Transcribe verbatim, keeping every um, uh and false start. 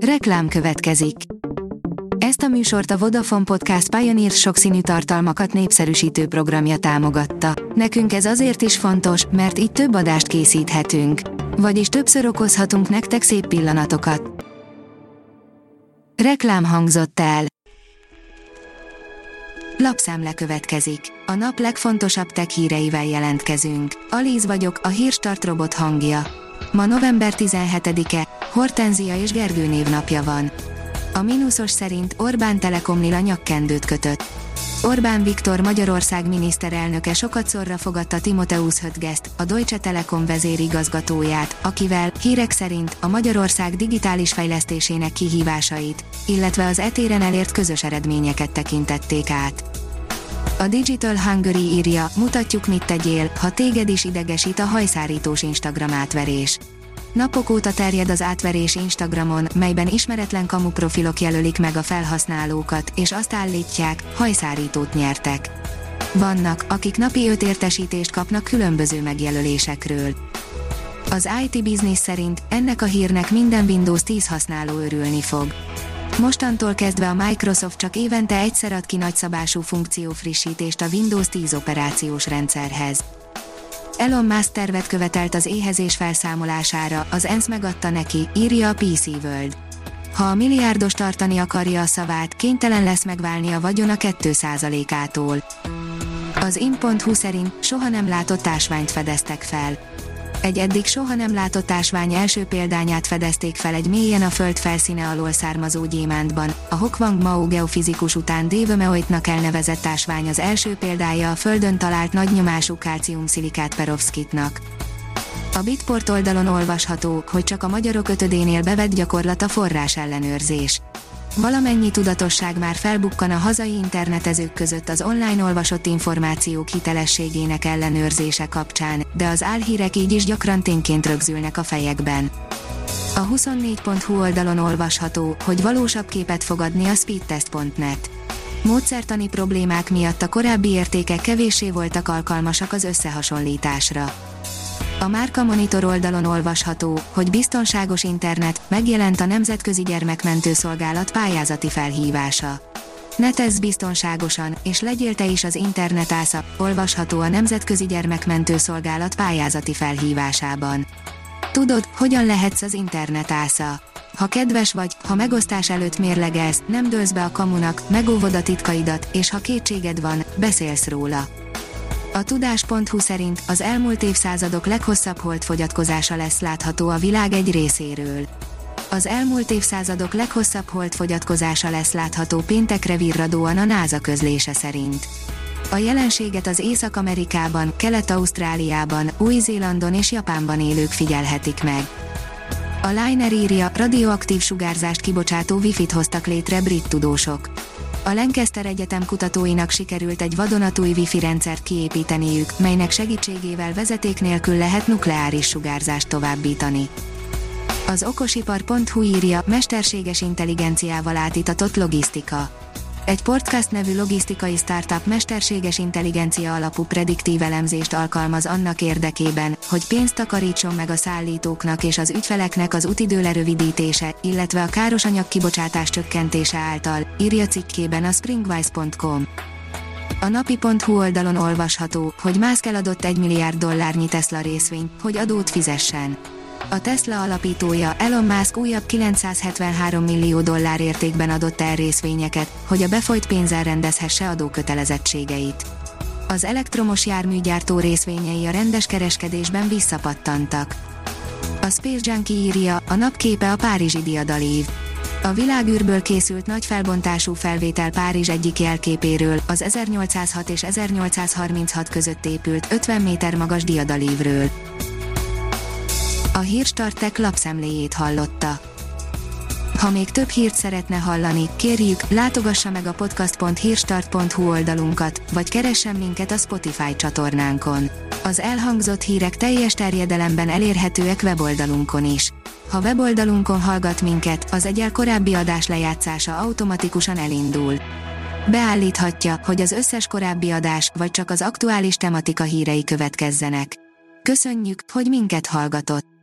Reklám következik. Ezt a műsort a Vodafone Podcast Pioneer sokszínű tartalmakat népszerűsítő programja támogatta. Nekünk ez azért is fontos, mert így több adást készíthetünk. Vagyis többször okozhatunk nektek szép pillanatokat. Reklám hangzott el. Lapszemle következik. A nap legfontosabb tech híreivel jelentkezünk. Alíz vagyok, a Hírstart robot hangja. Ma november tizenhetedike, Hortenzia és Gergő névnapja van. A mínuszos szerint Orbán Telekom lila nyakkendőt kötött. Orbán Viktor Magyarország miniszterelnöke sokatszorra fogadta Timotheus Höttgeszt, a Deutsche Telekom vezérigazgatóját, akivel, hírek szerint, a Magyarország digitális fejlesztésének kihívásait, illetve az e téren elért közös eredményeket tekintették át. A Digital Hungary írja, mutatjuk mit tegyél, ha téged is idegesít a hajszárítós Instagram átverés. Napok óta terjed az átverés Instagramon, melyben ismeretlen kamuprofilok jelölik meg a felhasználókat, és azt állítják, hajszárítót nyertek. Vannak, akik napi öt értesítést kapnak különböző megjelölésekről. Az i té Business szerint ennek a hírnek minden Windows tíz használó örülni fog. Mostantól kezdve a Microsoft csak évente egyszer ad ki nagyszabású funkciófrissítést a Windows tíz operációs rendszerhez. Elon Musk tervet követelt az éhezés felszámolására, az ENSZ megadta neki, írja a pé cé World. Ha a milliárdos tartani akarja a szavát, kénytelen lesz megválni a vagyona két százalékától. Az in pont hu szerint soha nem látott ásványt fedeztek fel. Egy eddig soha nem látott ásvány első példányát fedezték fel egy mélyen a föld felszíne alól származó gyémántban. A Hokwang Mao geofizikus után Dave Meoitnak elnevezett ásvány az első példája a földön talált nagynyomású kálcium-szilikát perovszkitnak. A Bitport oldalon olvasható, hogy csak a magyarok ötödénél bevett gyakorlat a forrás ellenőrzés. Valamennyi tudatosság már felbukkan a hazai internetezők között az online olvasott információk hitelességének ellenőrzése kapcsán, de az álhírek így is gyakran tényként rögzülnek a fejekben. A huszonnégy pont hu oldalon olvasható, hogy valósabb képet fog adni a speedtest pont net. Módszertani problémák miatt a korábbi értékek kevéssé voltak alkalmasak az összehasonlításra. A Márka Monitor oldalon olvasható, hogy biztonságos internet, megjelent a Nemzetközi Gyermekmentő Szolgálat pályázati felhívása. Netezz biztonságosan, és legyél te is az internet ásza, olvasható a Nemzetközi Gyermekmentő Szolgálat pályázati felhívásában. Tudod, hogyan lehetsz az internet ásza? Ha kedves vagy, ha megosztás előtt mérlegelsz, nem dőlsz be a kamunak, megóvod a titkaidat, és ha kétséged van, beszélsz róla. A tudás pont hu szerint az elmúlt évszázadok leghosszabb holdfogyatkozása lesz látható a világ egy részéről. Az elmúlt évszázadok leghosszabb holdfogyatkozása lesz látható péntekre virradóan a NASA közlése szerint. A jelenséget az Észak-Amerikában, Kelet-Ausztráliában, Új-Zélandon és Japánban élők figyelhetik meg. A Liner írja, radioaktív sugárzást kibocsátó Wi-Fi-t hoztak létre brit tudósok. A Lancaster Egyetem kutatóinak sikerült egy vadonatúj Wi-Fi rendszert kiépíteniük, melynek segítségével vezeték nélkül lehet nukleáris sugárzást továbbítani. Az okosipar pont hu írja, mesterséges intelligenciával átítatott logisztika. Egy Portcast nevű logisztikai startup mesterséges intelligencia alapú prediktív elemzést alkalmaz annak érdekében, hogy pénzt takarítson meg a szállítóknak és az ügyfeleknek az útidő lerövidítése, illetve a károsanyag kibocsátás csökkentése által, írja cikkében a springwise pont com. A napi pont hu oldalon olvasható, hogy Musk eladott egy milliárd dollárnyi Tesla részvényt, hogy adót fizessen. A Tesla alapítója, Elon Musk újabb kilencszázhetvenhárom millió dollár értékben adott el részvényeket, hogy a befolyt pénzzel rendezhesse adókötelezettségeit. Az elektromos járműgyártó részvényei a rendes kereskedésben visszapattantak. A Space Junkie írja, a napképe a párizsi diadalív. A világűrből készült nagy felbontású felvétel Párizs egyik jelképéről, az ezernyolcszázhat és ezernyolcszázharminchat között épült ötven méter magas diadalívről. A Hírstart Tech lapszemléjét hallotta. Ha még több hírt szeretne hallani, kérjük, látogassa meg a podcast pont hírstart pont hu oldalunkat, vagy keressen minket a Spotify csatornánkon. Az elhangzott hírek teljes terjedelemben elérhetőek weboldalunkon is. Ha weboldalunkon hallgat minket, az egyel korábbi adás lejátszása automatikusan elindul. Beállíthatja, hogy az összes korábbi adás, vagy csak az aktuális tematika hírei következzenek. Köszönjük, hogy minket hallgatott!